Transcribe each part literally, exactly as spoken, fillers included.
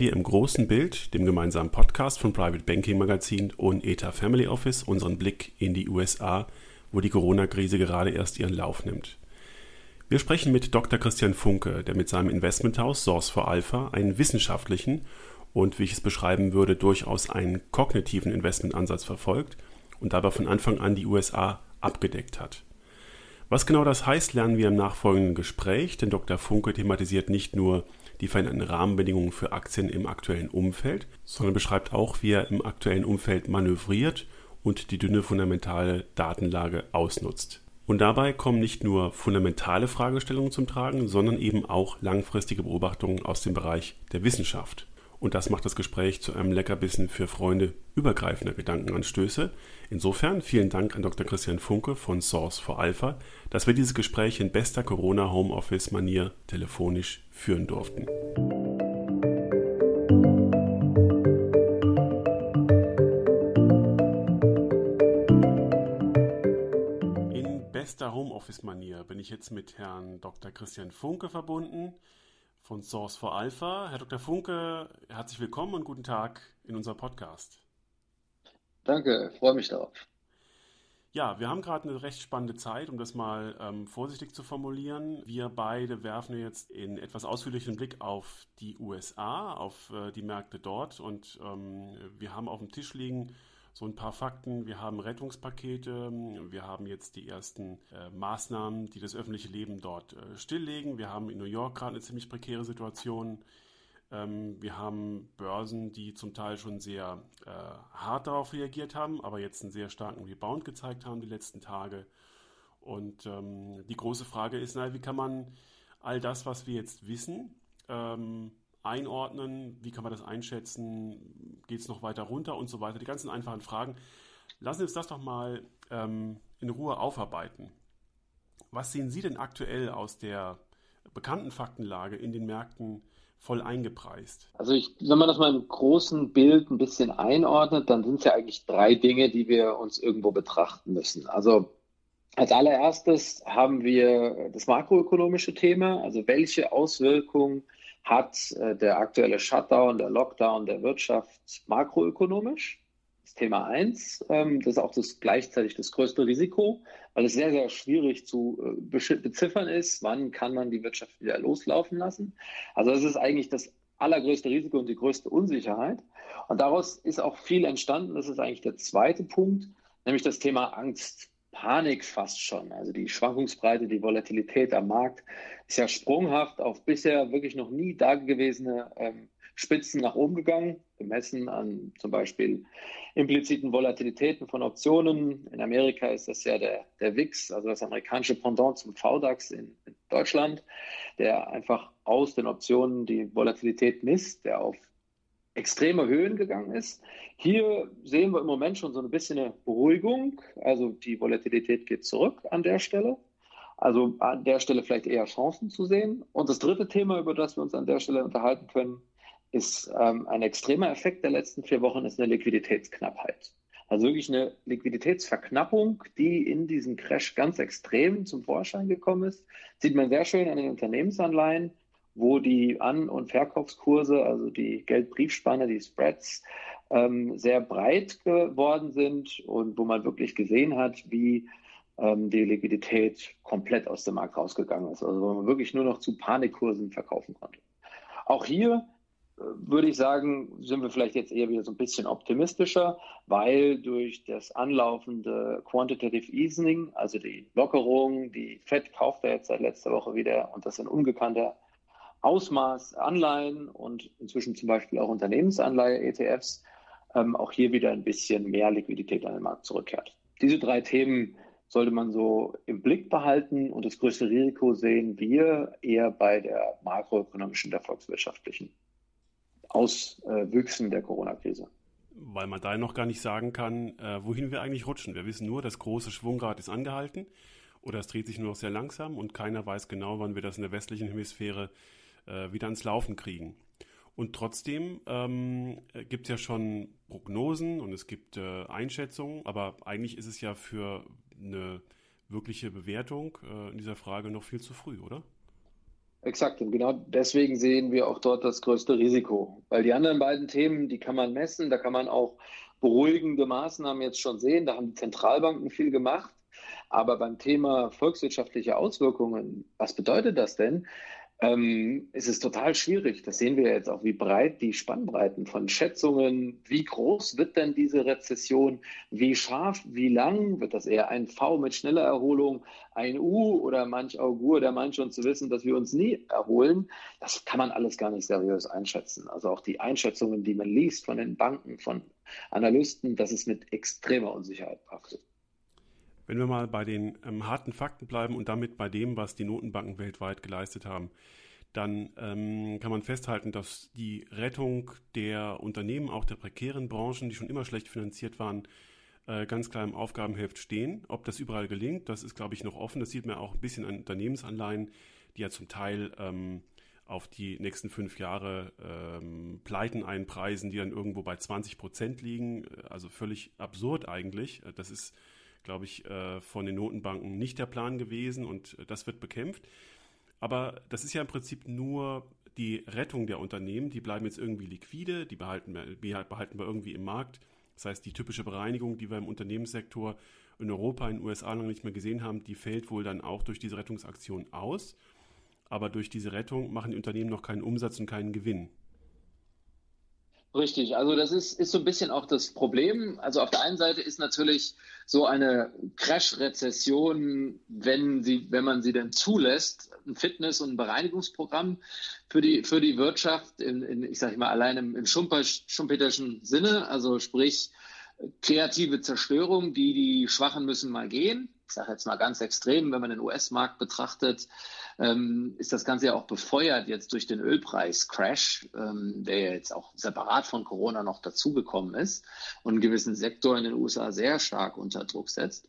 wir im großen Bild, dem gemeinsamen Podcast von Private Banking Magazin und E T A Family Office, unseren Blick in die U S A, wo die Corona-Krise gerade erst ihren Lauf nimmt. Wir sprechen mit Doktor Christian Funke, der mit seinem Investmenthaus Source for Alpha einen wissenschaftlichen und, wie ich es beschreiben würde, durchaus einen kognitiven Investmentansatz verfolgt und dabei von Anfang an die U S A abgedeckt hat. Was genau das heißt, lernen wir im nachfolgenden Gespräch, denn Doktor Funke thematisiert nicht nur die veränderten Rahmenbedingungen für Aktien im aktuellen Umfeld, sondern beschreibt auch, wie er im aktuellen Umfeld manövriert und die dünne fundamentale Datenlage ausnutzt. Und dabei kommen nicht nur fundamentale Fragestellungen zum Tragen, sondern eben auch langfristige Beobachtungen aus dem Bereich der Wissenschaft. Und das macht das Gespräch zu einem Leckerbissen für Freunde übergreifender Gedankenanstöße. Insofern vielen Dank an Doktor Christian Funke von Source for Alpha, dass wir dieses Gespräch in bester Corona-Homeoffice-Manier telefonisch führen durften. In bester Homeoffice-Manier bin ich jetzt mit Herrn Doktor Christian Funke verbunden von Source for Alpha. Herr Doktor Funke, herzlich willkommen und guten Tag in unserem Podcast. Danke, freue mich darauf. Ja, wir haben gerade eine recht spannende Zeit, um das mal ähm, vorsichtig zu formulieren. Wir beide werfen jetzt in etwas ausführlichen Blick auf die U S A, auf äh, die Märkte dort und ähm, wir haben auf dem Tisch liegen so ein paar Fakten. Wir haben Rettungspakete, wir haben jetzt die ersten äh, Maßnahmen, die das öffentliche Leben dort äh, stilllegen. Wir haben in New York gerade eine ziemlich prekäre Situation. Ähm, wir haben Börsen, die zum Teil schon sehr äh, hart darauf reagiert haben, aber jetzt einen sehr starken Rebound gezeigt haben die letzten Tage. Und ähm, die große Frage ist, na, wie kann man all das, was wir jetzt wissen, ähm, einordnen, wie kann man das einschätzen, geht es noch weiter runter und so weiter, die ganzen einfachen Fragen. Lassen Sie uns das doch mal ähm, in Ruhe aufarbeiten. Was sehen Sie denn aktuell aus der bekannten Faktenlage in den Märkten voll eingepreist? Also ich, wenn man das mal im großen Bild ein bisschen einordnet, dann sind es ja eigentlich drei Dinge, die wir uns irgendwo betrachten müssen. Also als allererstes haben wir das makroökonomische Thema, also welche Auswirkungen hat äh, der aktuelle Shutdown, der Lockdown der Wirtschaft makroökonomisch? Das Thema eins, ähm, das ist auch das, gleichzeitig das größte Risiko, weil es sehr, sehr schwierig zu äh, beziffern ist, wann kann man die Wirtschaft wieder loslaufen lassen. Also das ist eigentlich das allergrößte Risiko und die größte Unsicherheit. Und daraus ist auch viel entstanden, das ist eigentlich der zweite Punkt, nämlich das Thema Angst. Panik fast schon. Also die Schwankungsbreite, die Volatilität am Markt ist ja sprunghaft auf bisher wirklich noch nie dagewesene ähm, Spitzen nach oben gegangen, gemessen an zum Beispiel impliziten Volatilitäten von Optionen. In Amerika ist das ja der, der V I X, also das amerikanische Pendant zum V DAX in, in Deutschland, der einfach aus den Optionen die Volatilität misst, der auf extreme Höhen gegangen ist. Hier sehen wir im Moment schon so ein bisschen eine Beruhigung. Also die Volatilität geht zurück an der Stelle. Also an der Stelle vielleicht eher Chancen zu sehen. Und das dritte Thema, über das wir uns an der Stelle unterhalten können, ist ähm, ein extremer Effekt der letzten vier Wochen, ist eine Liquiditätsknappheit. Also wirklich eine Liquiditätsverknappung, die in diesem Crash ganz extrem zum Vorschein gekommen ist. Sieht man sehr schön an den Unternehmensanleihen, wo die An- und Verkaufskurse, also die Geldbriefspanne, die Spreads, ähm, sehr breit geworden sind und wo man wirklich gesehen hat, wie ähm, die Liquidität komplett aus dem Markt rausgegangen ist. Also wo man wirklich nur noch zu Panikkursen verkaufen konnte. Auch hier äh, würde ich sagen, sind wir vielleicht jetzt eher wieder so ein bisschen optimistischer, weil durch das anlaufende Quantitative Easing, also die Lockerung, die Fed kauft ja jetzt seit letzter Woche wieder und das in ungekannter Ausmaß Anleihen und inzwischen zum Beispiel auch Unternehmensanleihe-E T Fs, ähm, auch hier wieder ein bisschen mehr Liquidität an den Markt zurückkehrt. Diese drei Themen sollte man so im Blick behalten und das größte Risiko sehen wir eher bei der makroökonomischen, der volkswirtschaftlichen Auswüchsen der Corona-Krise. Weil man da noch gar nicht sagen kann, äh, wohin wir eigentlich rutschen. Wir wissen nur, das große Schwungrad ist angehalten oder es dreht sich nur noch sehr langsam und keiner weiß genau, wann wir das in der westlichen Hemisphäre äh, wieder ans Laufen kriegen. Und trotzdem ähm, gibt es ja schon Prognosen und es gibt äh, Einschätzungen, aber eigentlich ist es ja für eine wirkliche Bewertung äh, in dieser Frage noch viel zu früh, oder? Exakt, und genau deswegen sehen wir auch dort das größte Risiko. Weil die anderen beiden Themen, die kann man messen, da kann man auch beruhigende Maßnahmen jetzt schon sehen, da haben die Zentralbanken viel gemacht. Aber beim Thema volkswirtschaftliche Auswirkungen, was bedeutet das denn? Ähm, es ist total schwierig. Das sehen wir jetzt auch, wie breit die Spannbreiten von Schätzungen, wie groß wird denn diese Rezession, wie scharf, wie lang, wird das eher ein V mit schneller Erholung, ein U oder manch Augur, der meint schon zu wissen, dass wir uns nie erholen. Das kann man alles gar nicht seriös einschätzen. Also auch die Einschätzungen, die man liest von den Banken, von Analysten, das ist mit extremer Unsicherheit behaftet. Wenn wir mal bei den ähm, harten Fakten bleiben und damit bei dem, was die Notenbanken weltweit geleistet haben, dann ähm, kann man festhalten, dass die Rettung der Unternehmen, auch der prekären Branchen, die schon immer schlecht finanziert waren, äh, ganz klar im Aufgabenheft stehen. Ob das überall gelingt, das ist, glaube ich, noch offen. Das sieht man auch ein bisschen an Unternehmensanleihen, die ja zum Teil ähm, auf die nächsten fünf Jahre ähm, Pleiten einpreisen, die dann irgendwo bei zwanzig Prozent liegen. Also völlig absurd eigentlich. Das ist, glaube ich, äh, von den Notenbanken nicht der Plan gewesen und äh, das wird bekämpft. Aber das ist ja im Prinzip nur die Rettung der Unternehmen. Die bleiben jetzt irgendwie liquide, die behalten wir, die behalten wir irgendwie im Markt. Das heißt, die typische Bereinigung, die wir im Unternehmenssektor in Europa, in den U S A noch nicht mehr gesehen haben, die fällt wohl dann auch durch diese Rettungsaktion aus. Aber durch diese Rettung machen die Unternehmen noch keinen Umsatz und keinen Gewinn. Richtig, also das ist, ist so ein bisschen auch das Problem. Also auf der einen Seite ist natürlich so eine Crash-Rezession, wenn sie, wenn man sie denn zulässt, ein Fitness- und ein Bereinigungsprogramm für die, für die Wirtschaft, in, in, ich sage mal, allein im, im Schumper, schumpeterschen Sinne, also sprich kreative Zerstörung, die, die Schwachen müssen mal gehen. Ich sage jetzt mal ganz extrem, wenn man den U S-Markt betrachtet, ähm, ist das Ganze ja auch befeuert jetzt durch den Ölpreis-Crash, ähm, der ja jetzt auch separat von Corona noch dazugekommen ist und einen gewissen Sektor in den U S A sehr stark unter Druck setzt.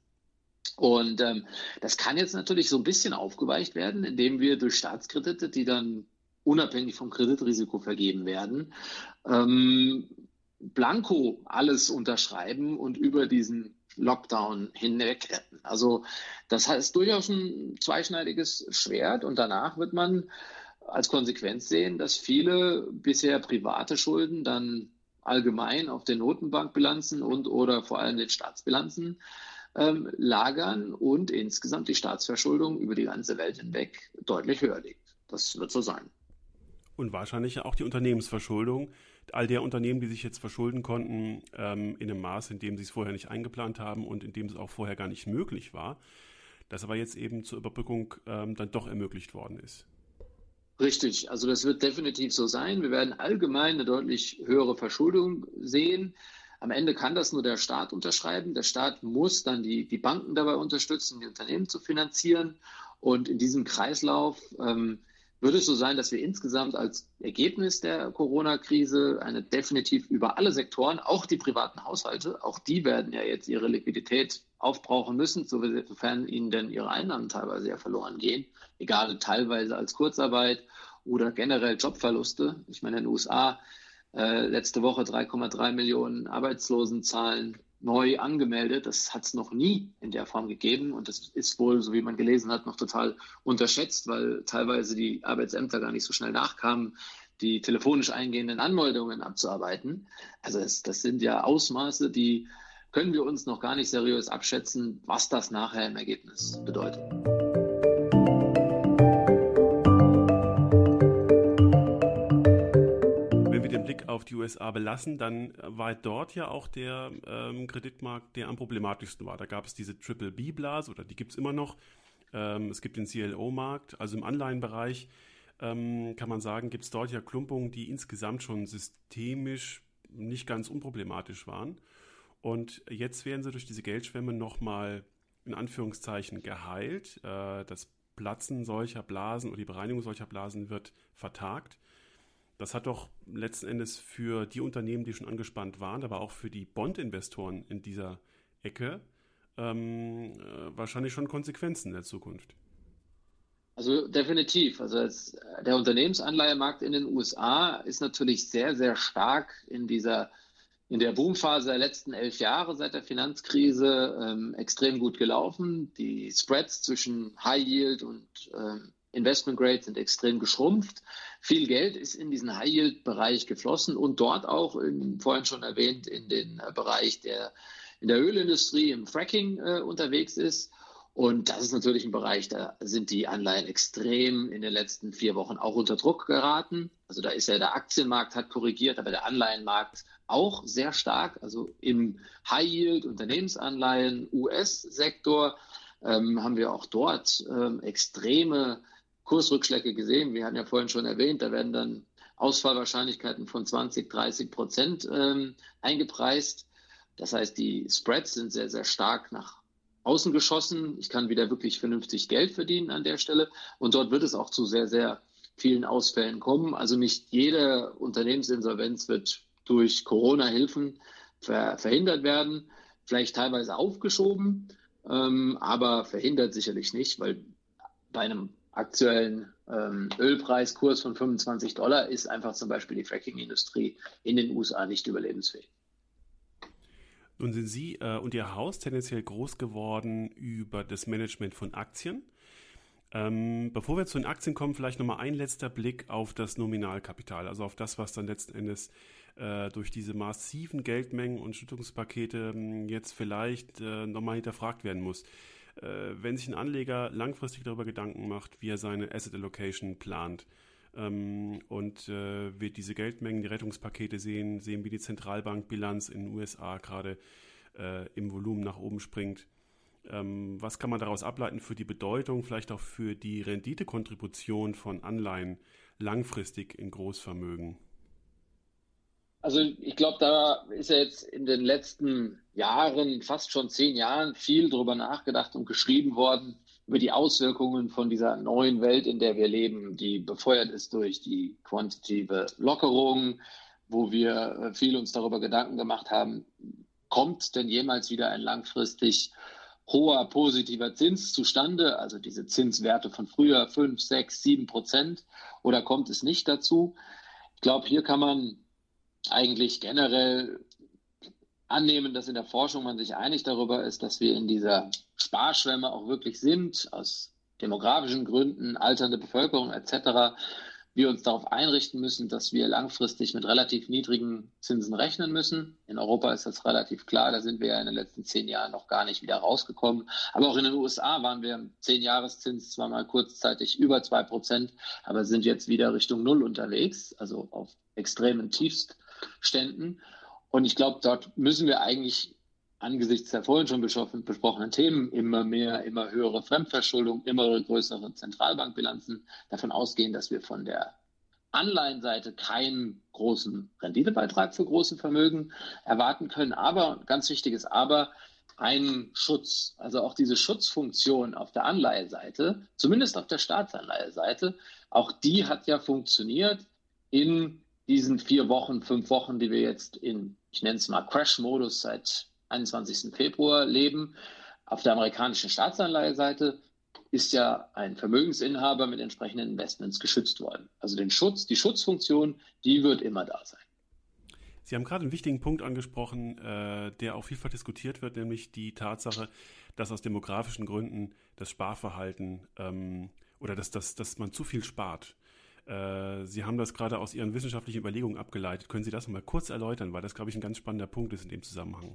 Und ähm, das kann jetzt natürlich so ein bisschen aufgeweicht werden, indem wir durch Staatskredite, die dann unabhängig vom Kreditrisiko vergeben werden, ähm, blanko alles unterschreiben und über diesen Lockdown hinweg retten. Also das ist durchaus ein zweischneidiges Schwert und danach wird man als Konsequenz sehen, dass viele bisher private Schulden dann allgemein auf den Notenbankbilanzen und oder vor allem den Staatsbilanzen ähm, lagern und insgesamt die Staatsverschuldung über die ganze Welt hinweg deutlich höher liegt. Das wird so sein. Und wahrscheinlich ja auch die Unternehmensverschuldung. All der Unternehmen, die sich jetzt verschulden konnten, ähm, in einem Maß, in dem sie es vorher nicht eingeplant haben und in dem es auch vorher gar nicht möglich war, das aber jetzt eben zur Überbrückung ähm, dann doch ermöglicht worden ist. Richtig, also das wird definitiv so sein. Wir werden allgemein eine deutlich höhere Verschuldung sehen. Am Ende kann das nur der Staat unterschreiben. Der Staat muss dann die, die Banken dabei unterstützen, die Unternehmen zu finanzieren. Und in diesem Kreislauf ähm, wird es so sein, dass wir insgesamt als Ergebnis der Corona-Krise eine definitiv über alle Sektoren, auch die privaten Haushalte, auch die werden ja jetzt ihre Liquidität aufbrauchen müssen, sofern ihnen denn ihre Einnahmen teilweise ja verloren gehen, egal teilweise als Kurzarbeit oder generell Jobverluste. Ich meine, in den U S A äh, letzte Woche drei Komma drei Millionen Arbeitslosenzahlen neu angemeldet. Das hat es noch nie in der Form gegeben und das ist wohl, so wie man gelesen hat, noch total unterschätzt, weil teilweise die Arbeitsämter gar nicht so schnell nachkamen, die telefonisch eingehenden Anmeldungen abzuarbeiten. Also das, das sind ja Ausmaße, die können wir uns noch gar nicht seriös abschätzen, was das nachher im Ergebnis bedeutet. Auf die U S A belassen, dann war dort ja auch der ähm, Kreditmarkt, der am problematischsten war. Da gab es diese Triple B-Blase oder die gibt es immer noch. Ähm, es gibt den C L O-Markt, also im Anleihenbereich ähm, kann man sagen, gibt es dort ja Klumpungen, die insgesamt schon systemisch nicht ganz unproblematisch waren. Und jetzt werden sie durch diese Geldschwemme nochmal in Anführungszeichen geheilt. Äh, das Platzen solcher Blasen oder die Bereinigung solcher Blasen wird vertagt. Das hat doch letzten Endes für die Unternehmen, die schon angespannt waren, aber auch für die Bond-Investoren in dieser Ecke ähm, äh, wahrscheinlich schon Konsequenzen in der Zukunft. Also definitiv. Also das, der Unternehmensanleihemarkt in den U S A ist natürlich sehr, sehr stark in dieser in der Boomphase der letzten elf Jahre seit der Finanzkrise ähm, extrem gut gelaufen. Die Spreads zwischen High Yield und ähm, Investment Grade sind extrem geschrumpft. Viel Geld ist in diesen High-Yield-Bereich geflossen und dort auch, in, vorhin schon erwähnt, in den äh, Bereich, der in der Ölindustrie, im Fracking äh, unterwegs ist. Und das ist natürlich ein Bereich, da sind die Anleihen extrem in den letzten vier Wochen auch unter Druck geraten. Also da ist ja der Aktienmarkt hat korrigiert, aber der Anleihenmarkt auch sehr stark. Also im High-Yield, Unternehmensanleihen, U S-Sektor ähm, haben wir auch dort ähm, extreme Kursrückschläge gesehen. Wir hatten ja vorhin schon erwähnt, da werden dann Ausfallwahrscheinlichkeiten von zwanzig, dreißig Prozent ähm, eingepreist. Das heißt, die Spreads sind sehr, sehr stark nach außen geschossen. Ich kann wieder wirklich vernünftig Geld verdienen an der Stelle. Und dort wird es auch zu sehr, sehr vielen Ausfällen kommen. Also nicht jede Unternehmensinsolvenz wird durch Corona-Hilfen ver- verhindert werden, vielleicht teilweise aufgeschoben, ähm, aber verhindert sicherlich nicht, weil bei einem aktuellen ähm, Ölpreiskurs von fünfundzwanzig Dollar ist einfach zum Beispiel die Fracking-Industrie in den U S A nicht überlebensfähig. Nun sind Sie äh, und Ihr Haus tendenziell groß geworden über das Management von Aktien. Ähm, bevor wir zu den Aktien kommen, vielleicht nochmal ein letzter Blick auf das Nominalkapital, also auf das, was dann letzten Endes äh, durch diese massiven Geldmengen und Schüttungspakete äh, jetzt vielleicht äh, nochmal hinterfragt werden muss. Äh, wenn sich ein Anleger langfristig darüber Gedanken macht, wie er seine Asset Allocation plant, ähm, und äh, wird diese Geldmengen, die Rettungspakete sehen, sehen, wie die Zentralbankbilanz in den U S A gerade äh, im Volumen nach oben springt. Ähm, was kann man daraus ableiten für die Bedeutung, vielleicht auch für die Renditekontribution von Anleihen langfristig in Großvermögen? Also ich glaube, da ist ja jetzt in den letzten Jahren, fast schon zehn Jahren, viel drüber nachgedacht und geschrieben worden über die Auswirkungen von dieser neuen Welt, in der wir leben, die befeuert ist durch die quantitative Lockerung, wo wir viel uns darüber Gedanken gemacht haben, kommt denn jemals wieder ein langfristig hoher positiver Zins zustande, also diese Zinswerte von früher, fünf, sechs, sieben Prozent, oder kommt es nicht dazu? Ich glaube, hier kann man eigentlich generell annehmen, dass in der Forschung man sich einig darüber ist, dass wir in dieser Sparschwemme auch wirklich sind, aus demografischen Gründen, alternde Bevölkerung et cetera, wir uns darauf einrichten müssen, dass wir langfristig mit relativ niedrigen Zinsen rechnen müssen. In Europa ist das relativ klar, da sind wir ja in den letzten zehn Jahren noch gar nicht wieder rausgekommen. Aber auch in den U S A waren wir im zehn-Jahreszins zwar mal kurzzeitig über zwei Prozent, aber sind jetzt wieder Richtung Null unterwegs, also auf extremen Tiefstständen. Und ich glaube, dort müssen wir eigentlich angesichts der vorhin schon besprochenen Themen, immer mehr, immer höhere Fremdverschuldung, immer größere Zentralbankbilanzen, davon ausgehen, dass wir von der Anleihenseite keinen großen Renditebeitrag für große Vermögen erwarten können. Aber, ganz wichtiges Aber, einen Schutz, also auch diese Schutzfunktion auf der Anleiheseite, zumindest auf der Staatsanleiheseite, auch die hat ja funktioniert in diesen vier Wochen, fünf Wochen, die wir jetzt in, ich nenne es mal Crash-Modus seit einundzwanzigsten Februar leben. Auf der amerikanischen Staatsanleiheseite ist ja ein Vermögensinhaber mit entsprechenden Investments geschützt worden. Also den Schutz, die Schutzfunktion, die wird immer da sein. Sie haben gerade einen wichtigen Punkt angesprochen, äh, der auch vielfach diskutiert wird, nämlich die Tatsache, dass aus demografischen Gründen das Sparverhalten ähm, oder dass, dass, dass man zu viel spart. Äh, Sie haben das gerade aus Ihren wissenschaftlichen Überlegungen abgeleitet. Können Sie das noch mal kurz erläutern, weil das, glaube ich, ein ganz spannender Punkt ist in dem Zusammenhang.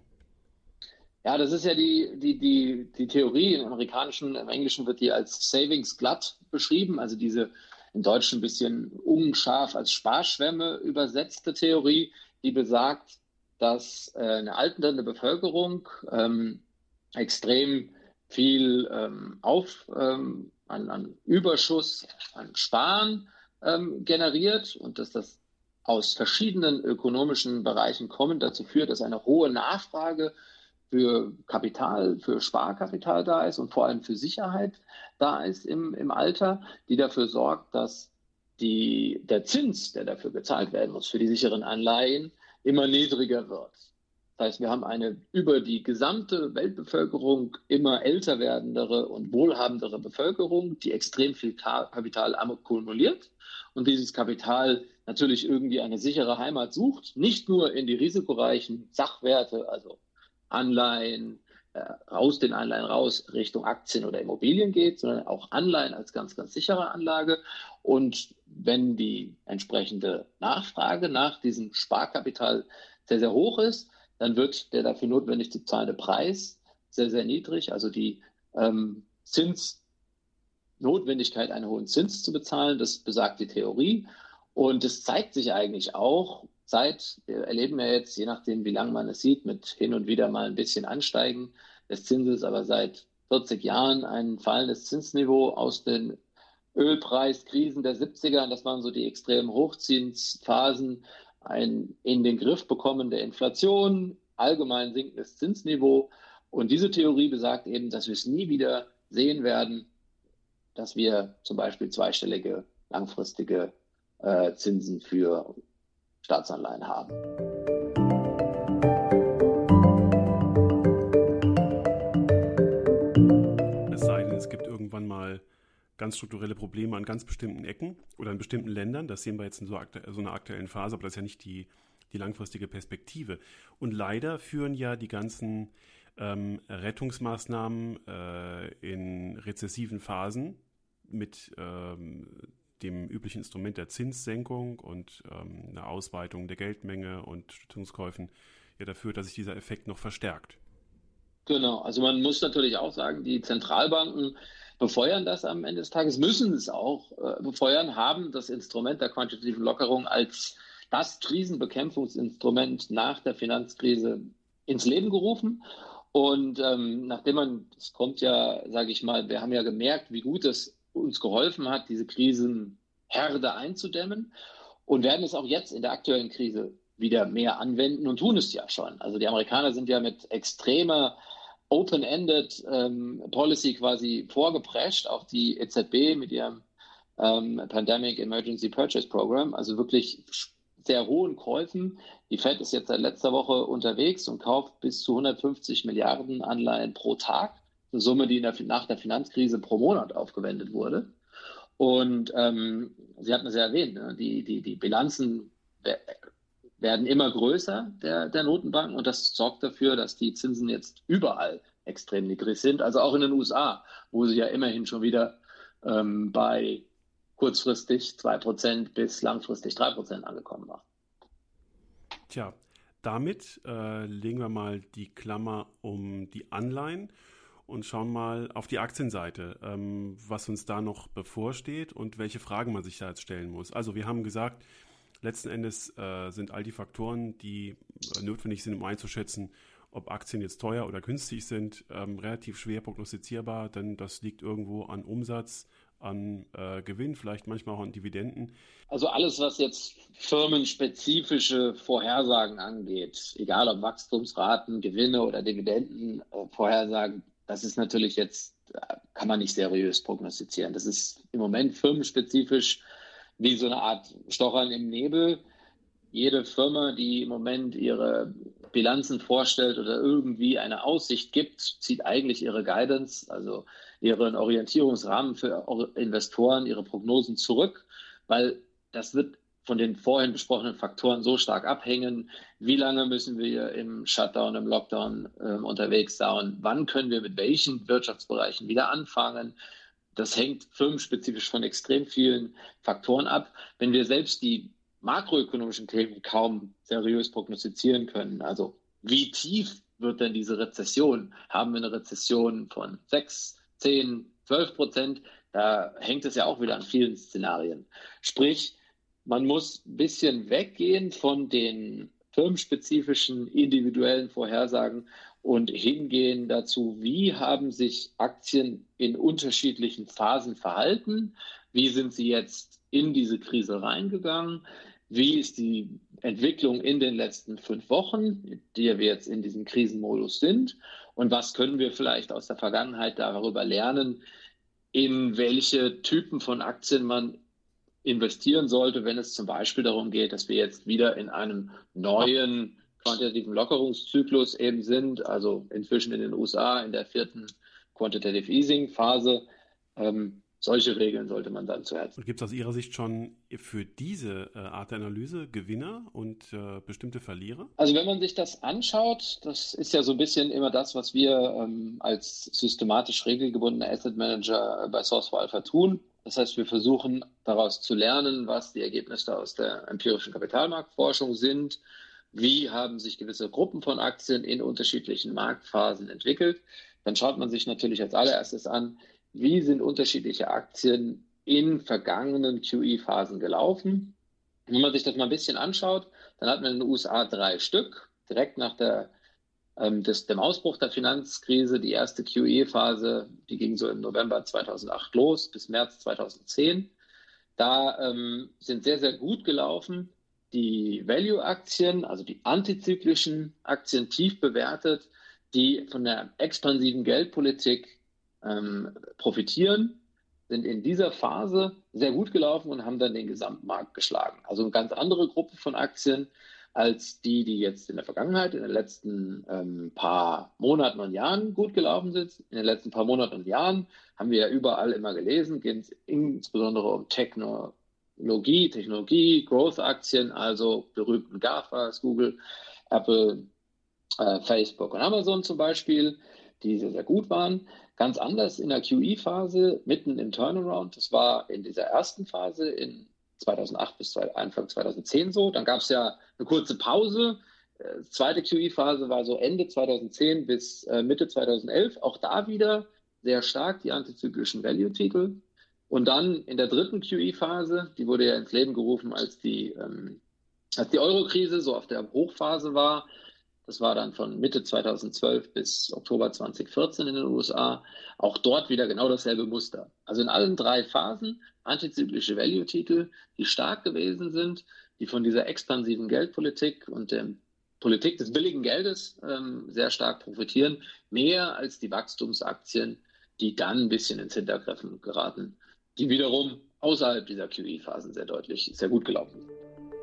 Ja, das ist ja die, die, die, die Theorie. Im Amerikanischen, im Englischen wird die als Savings Glut beschrieben, also diese im Deutschen ein bisschen unscharf als Sparschwemme übersetzte Theorie, die besagt, dass äh, eine alternde Bevölkerung ähm, extrem viel ähm, auf, ähm, an, an Überschuss, an Sparen ähm, generiert und dass das aus verschiedenen ökonomischen Bereichen kommend dazu führt, dass eine hohe Nachfrage für Kapital, für Sparkapital da ist und vor allem für Sicherheit da ist im, im Alter, die dafür sorgt, dass die, der Zins, der dafür gezahlt werden muss, für die sicheren Anleihen, immer niedriger wird. Das heißt, wir haben eine über die gesamte Weltbevölkerung immer älter werdendere und wohlhabendere Bevölkerung, die extrem viel Kapital akkumuliert und dieses Kapital natürlich irgendwie eine sichere Heimat sucht, nicht nur in die risikoreichen Sachwerte, also Anleihen, aus den Anleihen raus Richtung Aktien oder Immobilien geht, sondern auch Anleihen als ganz, ganz sichere Anlage. Und wenn die entsprechende Nachfrage nach diesem Sparkapital sehr, sehr hoch ist, dann wird der dafür notwendig zu zahlende Preis sehr, sehr niedrig. Also die ähm, Zinsnotwendigkeit, einen hohen Zins zu bezahlen, das besagt die Theorie. Und es zeigt sich eigentlich auch, seit, wir erleben ja jetzt, je nachdem, wie lange man es sieht, mit hin und wieder mal ein bisschen Ansteigen des Zinses, aber seit vierzig Jahren ein fallendes Zinsniveau aus den Ölpreiskrisen der siebziger, das waren so die extremen Hochzinsphasen, ein in den Griff bekommen der Inflation, allgemein sinkendes Zinsniveau. Und diese Theorie besagt eben, dass wir es nie wieder sehen werden, dass wir zum Beispiel zweistellige langfristige äh, Zinsen für Staatsanleihen haben. Es sei denn, es gibt irgendwann mal ganz strukturelle Probleme an ganz bestimmten Ecken oder in bestimmten Ländern. Das sehen wir jetzt in so, aktu- so einer aktuellen Phase, aber das ist ja nicht die, die langfristige Perspektive. Und leider führen ja die ganzen ähm, Rettungsmaßnahmen äh, in rezessiven Phasen mit ähm, dem üblichen Instrument der Zinssenkung und ähm, einer Ausweitung der Geldmenge und Stützungskäufen ja dafür, dass sich dieser Effekt noch verstärkt. Genau, also man muss natürlich auch sagen, die Zentralbanken befeuern das am Ende des Tages, müssen es auch äh, befeuern, haben das Instrument der quantitativen Lockerung als das Krisenbekämpfungsinstrument nach der Finanzkrise ins Leben gerufen. Und ähm, nachdem man, es kommt ja, sage ich mal, wir haben ja gemerkt, wie gut es uns geholfen hat, diese Krisenherde einzudämmen und werden es auch jetzt in der aktuellen Krise wieder mehr anwenden und tun es ja schon. Also die Amerikaner sind ja mit extremer Open-Ended ähm, Policy quasi vorgeprescht, auch die E Z B mit ihrem ähm, Pandemic Emergency Purchase Program, also wirklich sehr hohen Käufen. Die Fed ist jetzt seit letzter Woche unterwegs und kauft bis zu hundertfünfzig Milliarden Anleihen pro Tag, eine Summe, die in der, nach der Finanzkrise pro Monat aufgewendet wurde. Und ähm, Sie hatten es ja erwähnt, ne? die, die, die Bilanzen werden immer größer der, der Notenbanken und das sorgt dafür, dass die Zinsen jetzt überall extrem niedrig sind, also auch in den U S A, wo sie ja immerhin schon wieder ähm, bei kurzfristig zwei Prozent bis langfristig drei Prozent angekommen waren. Tja, damit äh, legen wir mal die Klammer um die Anleihen und schauen mal auf die Aktienseite, ähm, was uns da noch bevorsteht und welche Fragen man sich da jetzt stellen muss. Also wir haben gesagt, letzten Endes äh, sind all die Faktoren, die äh, notwendig sind, um einzuschätzen, ob Aktien jetzt teuer oder günstig sind, ähm, relativ schwer prognostizierbar, denn das liegt irgendwo an Umsatz, an äh, Gewinn, vielleicht manchmal auch an Dividenden. Also alles, was jetzt firmenspezifische Vorhersagen angeht, egal ob Wachstumsraten, Gewinne oder Dividenden äh, Vorhersagen, das ist natürlich jetzt, äh, kann man nicht seriös prognostizieren. Das ist im Moment firmenspezifisch wie so eine Art Stochern im Nebel. Jede Firma, die im Moment ihre Bilanzen vorstellt oder irgendwie eine Aussicht gibt, zieht eigentlich ihre Guidance, also ihren Orientierungsrahmen für Investoren, ihre Prognosen zurück, weil das wird von den vorhin besprochenen Faktoren so stark abhängen. Wie lange müssen wir im Shutdown, im Lockdown äh, unterwegs sein? Wann können wir mit welchen Wirtschaftsbereichen wieder anfangen? Das hängt firmenspezifisch von extrem vielen Faktoren ab. Wenn wir selbst die makroökonomischen Themen kaum seriös prognostizieren können, also wie tief wird denn diese Rezession? Haben wir eine Rezession von sechs, zehn, zwölf Prozent? Da hängt es ja auch wieder an vielen Szenarien. Sprich, man muss ein bisschen weggehen von den firmenspezifischen, individuellen Vorhersagen und hingehen dazu, wie haben sich Aktien in unterschiedlichen Phasen verhalten? Wie sind sie jetzt in diese Krise reingegangen? Wie ist die Entwicklung in den letzten fünf Wochen, die wir jetzt in diesem Krisenmodus sind? Und was können wir vielleicht aus der Vergangenheit darüber lernen, in welche Typen von Aktien man investieren sollte, wenn es zum Beispiel darum geht, dass wir jetzt wieder in einem neuen quantitativen Lockerungszyklus eben sind, also inzwischen in den U S A in der vierten Quantitative Easing Phase. Ähm, Solche Regeln sollte man dann zu Herzen. Und gibt es aus Ihrer Sicht schon für diese äh, Art der Analyse Gewinner und äh, bestimmte Verlierer? Also wenn man sich das anschaut, das ist ja so ein bisschen immer das, was wir ähm, als systematisch regelgebundene Asset Manager bei Source for Alpha tun. Das heißt, wir versuchen daraus zu lernen, was die Ergebnisse aus der empirischen Kapitalmarktforschung sind. Wie haben sich gewisse Gruppen von Aktien in unterschiedlichen Marktphasen entwickelt? Dann schaut man sich natürlich als allererstes an, wie sind unterschiedliche Aktien in vergangenen Q E-Phasen gelaufen. Wenn man sich das mal ein bisschen anschaut, dann hat man in den U S A drei Stück, direkt nach der, ähm, des, dem Ausbruch der Finanzkrise, die erste Q E-Phase, die ging so im November zweitausendacht los bis März zweitausendzehn. Da ähm, sind sehr, sehr gut gelaufen die Value-Aktien, also die antizyklischen Aktien, tief bewertet, die von der expansiven Geldpolitik ähm, profitieren, sind in dieser Phase sehr gut gelaufen und haben dann den Gesamtmarkt geschlagen. Also eine ganz andere Gruppe von Aktien als die, die jetzt in der Vergangenheit, in den letzten ähm, paar Monaten und Jahren gut gelaufen sind. In den letzten paar Monaten und Jahren haben wir ja überall immer gelesen, geht es insbesondere um Technologie, Technologie, Growth-Aktien, also berühmten GAFAs, Google, Apple, äh, Facebook und Amazon zum Beispiel, die sehr, sehr gut waren. Ganz anders in der Q E-Phase, mitten im Turnaround. Das war in dieser ersten Phase in zweitausendacht bis Anfang zweitausendzehn so. Dann gab es ja eine kurze Pause. Die zweite Q E-Phase war so Ende zweitausendzehn bis äh, Mitte zweitausendelf. Auch da wieder sehr stark die antizyklischen Value-Titel. Und dann in der dritten Q E-Phase, die wurde ja ins Leben gerufen, als die, ähm, als die Euro-Krise so auf der Hochphase war. Das war dann von Mitte zweitausendzwölf bis Oktober zweitausendvierzehn in den U S A. Auch dort wieder genau dasselbe Muster. Also in allen drei Phasen antizyklische Value-Titel, die stark gewesen sind, die von dieser expansiven Geldpolitik und der Politik des billigen Geldes ähm, sehr stark profitieren, mehr als die Wachstumsaktien, die dann ein bisschen ins Hintertreffen geraten, die wiederum außerhalb dieser Q E-Phasen sehr deutlich, sehr gut gelaufen sind.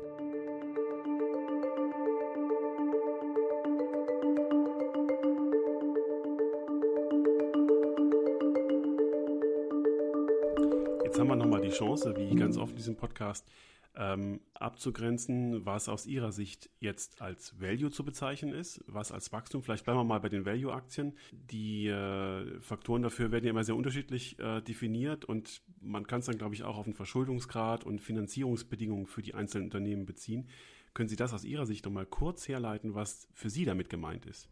Jetzt haben wir nochmal die Chance, wie ganz oft in diesem Podcast, ähm, abzugrenzen, was aus Ihrer Sicht jetzt als Value zu bezeichnen ist, was als Wachstum. Vielleicht bleiben wir mal bei den Value-Aktien. Die äh, Faktoren dafür werden ja immer sehr unterschiedlich äh, definiert und man kann es dann, glaube ich, auch auf den Verschuldungsgrad und Finanzierungsbedingungen für die einzelnen Unternehmen beziehen. Können Sie das aus Ihrer Sicht nochmal kurz herleiten, was für Sie damit gemeint ist?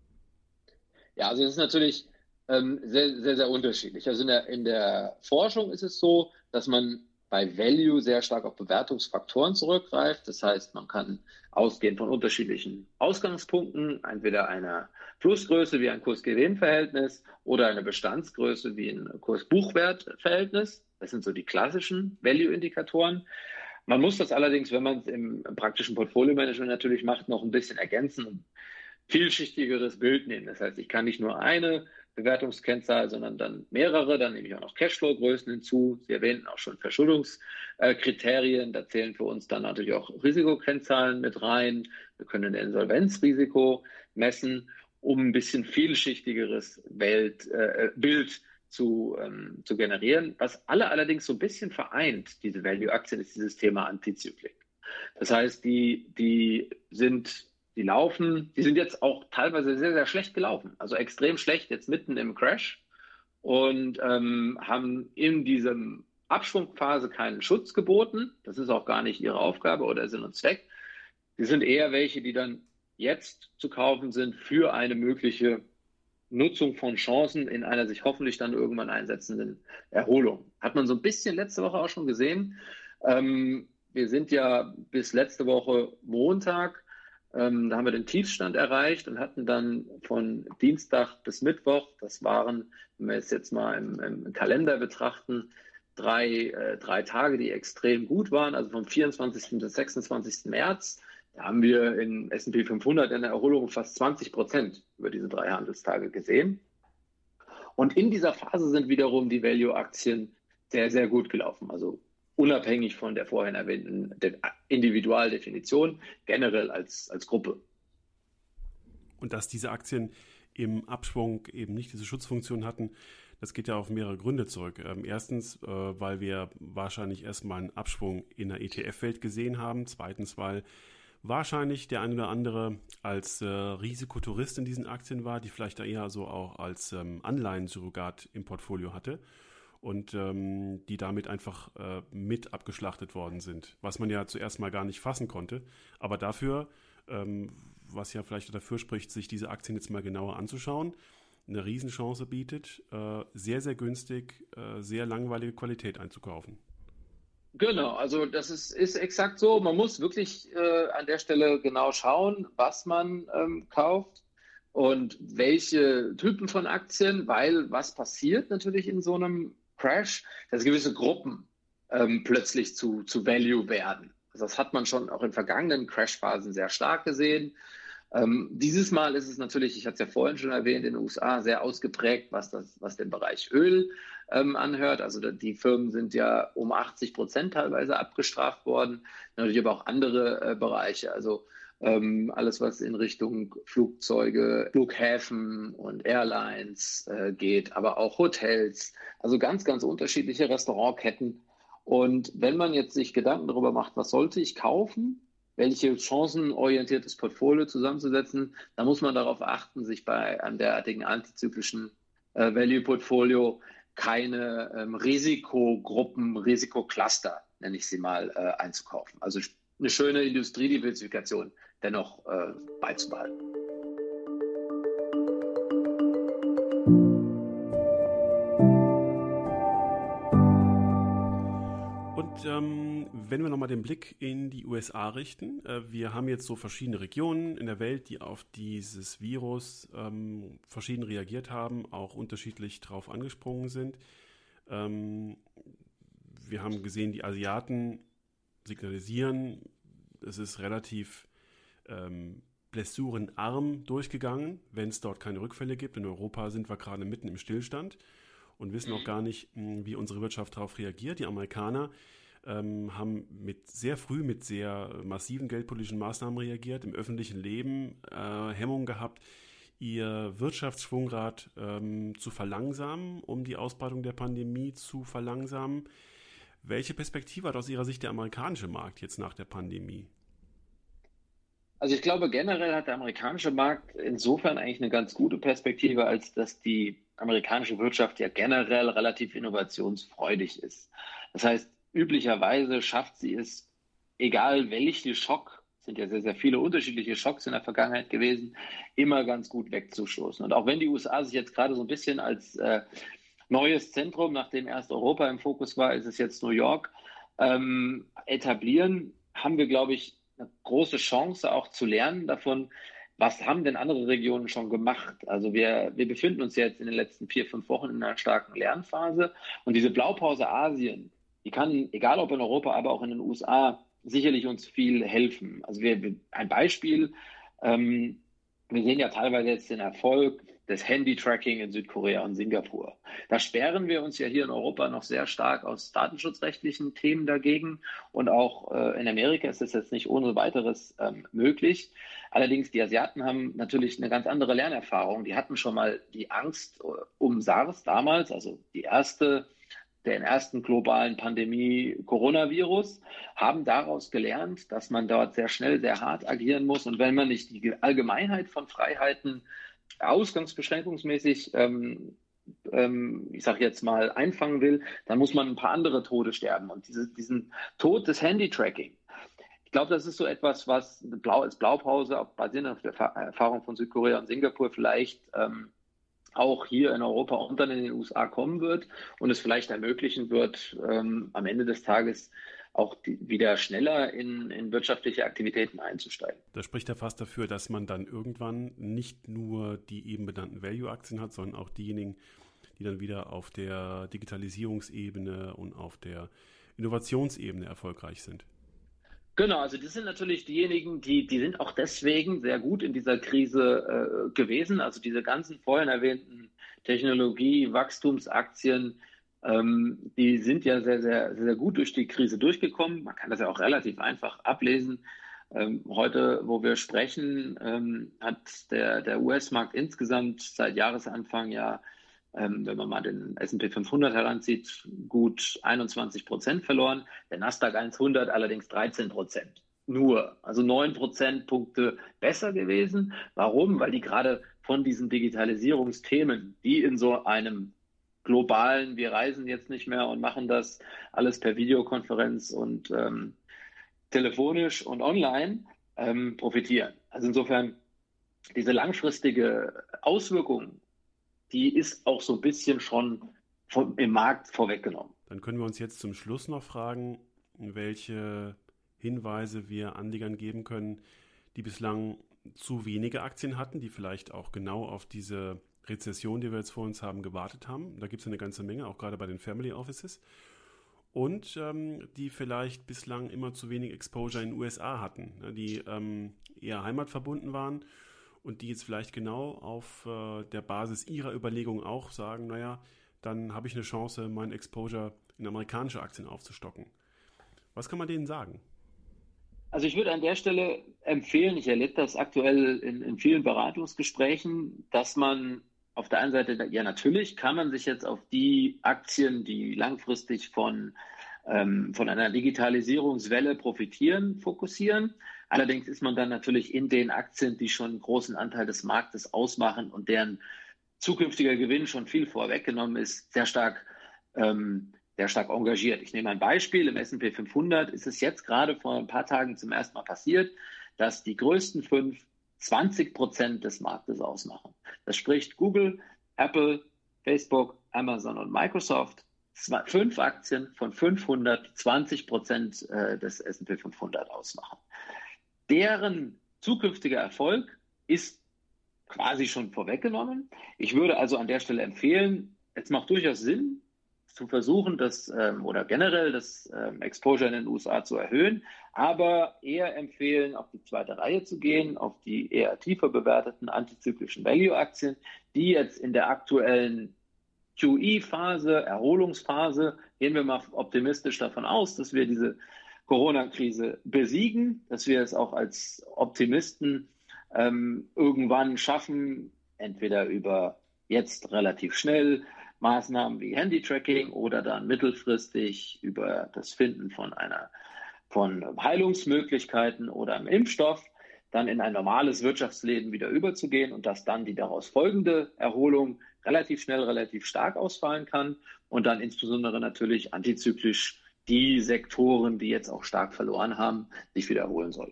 Ja, also es ist natürlich ähm, sehr, sehr, sehr unterschiedlich. Also in der, in der Forschung ist es so, dass man bei Value sehr stark auf Bewertungsfaktoren zurückgreift. Das heißt, man kann ausgehen von unterschiedlichen Ausgangspunkten, entweder einer Flussgröße wie ein Kurs-Gewinn-Verhältnis oder einer Bestandsgröße wie ein Kurs-Buchwert-Verhältnis. Das sind so die klassischen Value-Indikatoren. Man muss das allerdings, wenn man es im, im praktischen Portfolio-Management natürlich macht, noch ein bisschen ergänzen und vielschichtigeres Bild nehmen. Das heißt, ich kann nicht nur eine Bewertungskennzahl, sondern dann mehrere. Dann nehme ich auch noch Cashflow-Größen hinzu. Sie erwähnten auch schon Verschuldungskriterien. Da zählen für uns dann natürlich auch Risikokennzahlen mit rein. Wir können ein Insolvenzrisiko messen, um ein bisschen vielschichtigeres Welt, äh, Bild zu, ähm, zu generieren. Was alle allerdings so ein bisschen vereint, diese Value-Aktien, ist dieses Thema Antizyklik. Das heißt, die, die sind Die laufen, die sind jetzt auch teilweise sehr, sehr schlecht gelaufen. Also extrem schlecht, jetzt mitten im Crash. Und ähm, haben in diesem Abschwungphase keinen Schutz geboten. Das ist auch gar nicht ihre Aufgabe oder Sinn und Zweck. Die sind eher welche, die dann jetzt zu kaufen sind für eine mögliche Nutzung von Chancen in einer sich hoffentlich dann irgendwann einsetzenden Erholung. Hat man so ein bisschen letzte Woche auch schon gesehen. Ähm, wir sind ja bis letzte Woche Montag, Ähm, da haben wir den Tiefstand erreicht und hatten dann von Dienstag bis Mittwoch, das waren, wenn wir es jetzt mal im, im Kalender betrachten, drei, äh, drei Tage, die extrem gut waren, also vom vierundzwanzigsten bis sechsundzwanzigsten März. Da haben wir in S und P fünfhundert in der Erholung fast zwanzig Prozent über diese drei Handelstage gesehen. Und in dieser Phase sind wiederum die Value-Aktien sehr, sehr gut gelaufen. Also unabhängig von der vorhin erwähnten Individualdefinition, generell als, als Gruppe. Und dass diese Aktien im Abschwung eben nicht diese Schutzfunktion hatten, Das geht ja auf mehrere Gründe zurück. Ähm, erstens, äh, weil wir wahrscheinlich erstmal einen Abschwung in der E T F-Welt gesehen haben. Zweitens, weil wahrscheinlich der ein oder andere als äh, Risikotourist in diesen Aktien war, die vielleicht eher so auch als ähm, Anleihensurrogat im Portfolio hatte und ähm, die damit einfach äh, mit abgeschlachtet worden sind, was man ja zuerst mal gar nicht fassen konnte. Aber dafür, ähm, was ja vielleicht dafür spricht, sich diese Aktien jetzt mal genauer anzuschauen, eine Riesenchance bietet, äh, sehr, sehr günstig, äh, sehr langweilige Qualität einzukaufen. Genau, also das ist, ist exakt so. Man muss wirklich äh, an der Stelle genau schauen, was man ähm, kauft und welche Typen von Aktien, weil was passiert natürlich in so einem Crash, dass gewisse Gruppen ähm, plötzlich zu, zu Value werden. Also das hat man schon auch in vergangenen Crashphasen sehr stark gesehen. Ähm, dieses Mal ist es natürlich, ich hatte es ja vorhin schon erwähnt, in den U S A sehr ausgeprägt, was das, was den Bereich Öl ähm, anhört. Also die Firmen sind ja um achtzig Prozent teilweise abgestraft worden. Natürlich aber auch andere äh, Bereiche. Also ähm, alles, was in Richtung Flugzeuge, Flughäfen und Airlines äh, geht, aber auch Hotels. Also ganz, ganz unterschiedliche Restaurantketten. Und wenn man jetzt sich Gedanken darüber macht, was sollte ich kaufen, welche chancenorientiertes Portfolio zusammenzusetzen, da muss man darauf achten, sich bei einem derartigen antizyklischen äh, Value-Portfolio keine ähm, Risikogruppen, Risikocluster, nenne ich sie mal, äh, einzukaufen. Also eine schöne Industriediversifikation dennoch äh, beizubehalten. Und ähm, wenn wir nochmal den Blick in die U S A richten, äh, wir haben jetzt so verschiedene Regionen in der Welt, die auf dieses Virus ähm, verschieden reagiert haben, auch unterschiedlich drauf angesprungen sind. Ähm, wir haben gesehen, die Asiaten signalisieren, es ist relativ ähm, blessurenarm durchgegangen, wenn es dort keine Rückfälle gibt. In Europa sind wir gerade mitten im Stillstand und wissen auch gar nicht, wie unsere Wirtschaft darauf reagiert. Die Amerikaner ähm, haben mit sehr früh mit sehr massiven geldpolitischen Maßnahmen reagiert, im öffentlichen Leben äh, Hemmungen gehabt, ihr Wirtschaftsschwungrad ähm, zu verlangsamen, um die Ausbreitung der Pandemie zu verlangsamen. Welche Perspektive hat aus Ihrer Sicht der amerikanische Markt jetzt nach der Pandemie? Also ich glaube, generell hat der amerikanische Markt insofern eigentlich eine ganz gute Perspektive, als dass die amerikanische Wirtschaft ja generell relativ innovationsfreudig ist. Das heißt, üblicherweise schafft sie es, egal welche Schock, es sind ja sehr, sehr viele unterschiedliche Schocks in der Vergangenheit gewesen, immer ganz gut wegzustoßen. Und auch wenn die U S A sich jetzt gerade so ein bisschen als äh, neues Zentrum, nachdem erst Europa im Fokus war, ist es jetzt New York, ähm, etablieren, haben wir, glaube ich, eine große Chance auch zu lernen davon, was haben denn andere Regionen schon gemacht? Also wir, wir befinden uns jetzt in den letzten vier, fünf Wochen in einer starken Lernphase und diese Blaupause Asien, die kann, egal ob in Europa, aber auch in den U S A, sicherlich uns viel helfen. Also wir, ein Beispiel, ähm, wir sehen ja teilweise jetzt den Erfolg des Handy-Tracking in Südkorea und Singapur. Da sperren wir uns ja hier in Europa noch sehr stark aus datenschutzrechtlichen Themen dagegen. Und auch äh, in Amerika ist das jetzt nicht ohne weiteres ähm, möglich. Allerdings, die Asiaten haben natürlich eine ganz andere Lernerfahrung. Die hatten schon mal die Angst äh, um SARS damals, also die erste den ersten globalen Pandemie Coronavirus, haben daraus gelernt, dass man dort sehr schnell, sehr hart agieren muss. Und wenn man nicht die Allgemeinheit von Freiheiten ausgangsbeschränkungsmäßig, ähm, ähm, ich sage jetzt mal, einfangen will, dann muss man ein paar andere Tode sterben. Und diese, diesen Tod des Handy-Tracking, ich glaube, das ist so etwas, was Blau, als Blaupause, auch basierend auf der Erfahrung von Südkorea und Singapur, vielleicht ähm, auch hier in Europa und dann in den U S A kommen wird und es vielleicht ermöglichen wird, ähm, am Ende des Tages auch die, wieder schneller in, in wirtschaftliche Aktivitäten einzusteigen. Das spricht ja fast dafür, dass man dann irgendwann nicht nur die eben benannten Value-Aktien hat, sondern auch diejenigen, die dann wieder auf der Digitalisierungsebene und auf der Innovationsebene erfolgreich sind. Genau, also das sind natürlich diejenigen, die, die sind auch deswegen sehr gut in dieser Krise äh, gewesen. Also diese ganzen vorhin erwähnten Technologie-, Wachstumsaktien, ähm, die sind ja sehr, sehr, sehr gut durch die Krise durchgekommen. Man kann das ja auch relativ einfach ablesen. Ähm, heute, wo wir sprechen, ähm, hat der, der U S-Markt insgesamt seit Jahresanfang ja ähm, wenn man mal den S und P fünfhundert heranzieht, gut einundzwanzig Prozent verloren, der Nasdaq hundert allerdings dreizehn Prozent. Nur, also neun Prozentpunkte besser gewesen. Warum? Weil die gerade von diesen Digitalisierungsthemen, die in so einem globalen, wir reisen jetzt nicht mehr und machen das alles per Videokonferenz und ähm, telefonisch und online, ähm, profitieren. Also insofern, diese langfristige Auswirkung, die ist auch so ein bisschen schon vom, im Markt vorweggenommen. Dann können wir uns jetzt zum Schluss noch fragen, welche Hinweise wir Anlegern geben können, die bislang zu wenige Aktien hatten, die vielleicht auch genau auf diese Rezession, die wir jetzt vor uns haben, gewartet haben. Da gibt es eine ganze Menge, auch gerade bei den Family Offices. Und ähm, die vielleicht bislang immer zu wenig Exposure in den U S A hatten, die ähm, eher heimatverbunden waren und die jetzt vielleicht genau auf äh, der Basis ihrer Überlegungen auch sagen, naja, dann habe ich eine Chance, mein Exposure in amerikanische Aktien aufzustocken. Was kann man denen sagen? Also ich würde an der Stelle empfehlen, ich erlebe das aktuell in, in vielen Beratungsgesprächen, dass man auf der einen Seite, ja natürlich kann man sich jetzt auf die Aktien, die langfristig von, ähm, von einer Digitalisierungswelle profitieren, fokussieren. Allerdings ist man dann natürlich in den Aktien, die schon einen großen Anteil des Marktes ausmachen und deren zukünftiger Gewinn schon viel vorweggenommen ist, sehr stark ähm, sehr stark engagiert. Ich nehme ein Beispiel. Im S und P fünfhundert ist es jetzt gerade vor ein paar Tagen zum ersten Mal passiert, dass die größten fünf zwanzig Prozent des Marktes ausmachen. Das spricht Google, Apple, Facebook, Amazon und Microsoft. Zwei, fünf Aktien von fünfhundert, zwanzig Prozent des S und P fünfhundert ausmachen. Deren zukünftiger Erfolg ist quasi schon vorweggenommen. Ich würde also an der Stelle empfehlen, es macht durchaus Sinn, zu versuchen, das ähm, oder generell das ähm, Exposure in den U S A zu erhöhen, aber eher empfehlen, auf die zweite Reihe zu gehen, auf die eher tiefer bewerteten antizyklischen Value-Aktien, die jetzt in der aktuellen Q E-Phase, Erholungsphase, gehen wir mal optimistisch davon aus, dass wir diese Corona-Krise besiegen, dass wir es auch als Optimisten ähm, irgendwann schaffen, entweder über jetzt relativ schnell Maßnahmen wie Handy-Tracking oder dann mittelfristig über das Finden von einer von Heilungsmöglichkeiten oder einem Impfstoff dann in ein normales Wirtschaftsleben wieder überzugehen und dass dann die daraus folgende Erholung relativ schnell, relativ stark ausfallen kann und dann insbesondere natürlich antizyklisch die Sektoren, die jetzt auch stark verloren haben, sich wieder erholen sollen.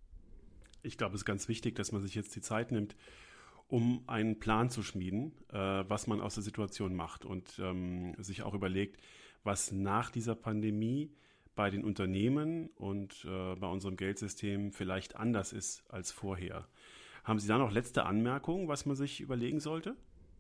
Ich glaube, es ist ganz wichtig, dass man sich jetzt die Zeit nimmt, um einen Plan zu schmieden, äh, was man aus der Situation macht und ähm, sich auch überlegt, was nach dieser Pandemie bei den Unternehmen und äh, bei unserem Geldsystem vielleicht anders ist als vorher. Haben Sie da noch letzte Anmerkungen, was man sich überlegen sollte?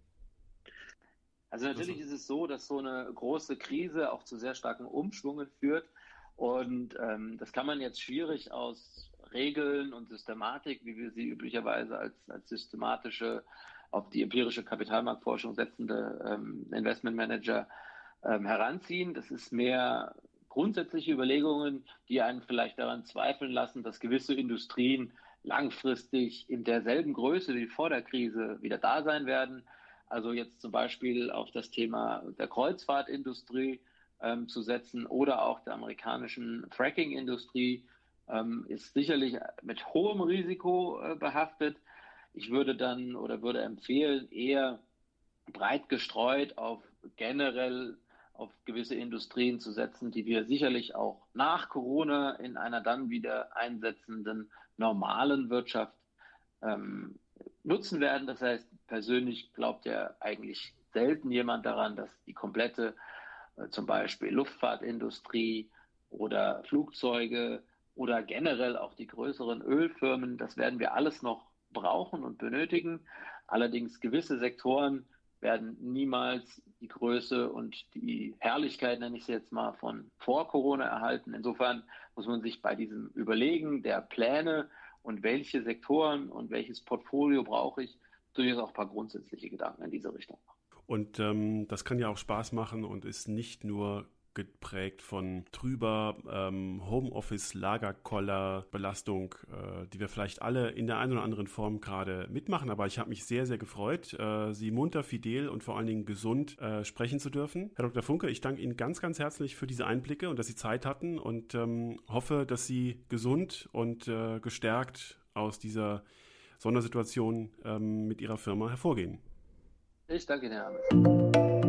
Also natürlich ist es so, dass so eine große Krise auch zu sehr starken Umschwungen führt. Und ähm, das kann man jetzt schwierig aus Regeln und Systematik, wie wir sie üblicherweise als, als systematische, auf die empirische Kapitalmarktforschung setzende ähm, Investmentmanager ähm, heranziehen. Das ist mehr grundsätzliche Überlegungen, die einen vielleicht daran zweifeln lassen, dass gewisse Industrien langfristig in derselben Größe wie vor der Krise wieder da sein werden. Also jetzt zum Beispiel auf das Thema der Kreuzfahrtindustrie ähm, zu setzen oder auch der amerikanischen Fracking-Industrie ähm, ist sicherlich mit hohem Risiko äh, behaftet. Ich würde dann oder würde empfehlen, eher breit gestreut auf generell auf gewisse Industrien zu setzen, die wir sicherlich auch nach Corona in einer dann wieder einsetzenden normalen Wirtschaft ähm, nutzen werden. Das heißt, persönlich glaubt ja eigentlich selten jemand daran, dass die komplette äh, zum Beispiel Luftfahrtindustrie oder Flugzeuge oder generell auch die größeren Ölfirmen, das werden wir alles noch brauchen und benötigen. Allerdings gewisse Sektoren werden niemals die Größe und die Herrlichkeit, nenne ich es jetzt mal, von vor Corona erhalten. Insofern muss man sich bei diesem Überlegen der Pläne und welche Sektoren und welches Portfolio brauche ich, durchaus auch ein paar grundsätzliche Gedanken in diese Richtung machen. Und ähm, das kann ja auch Spaß machen und ist nicht nur geprägt von trüber ähm, Homeoffice, Lagerkoller, Belastung, äh, die wir vielleicht alle in der einen oder anderen Form gerade mitmachen. Aber ich habe mich sehr, sehr gefreut, äh, Sie munter, fidel und vor allen Dingen gesund äh, sprechen zu dürfen. Herr Doktor Funke, ich danke Ihnen ganz, ganz herzlich für diese Einblicke und dass Sie Zeit hatten und ähm, hoffe, dass Sie gesund und äh, gestärkt aus dieser Sondersituation ähm, mit Ihrer Firma hervorgehen. Ich danke Ihnen, Herr Hammes.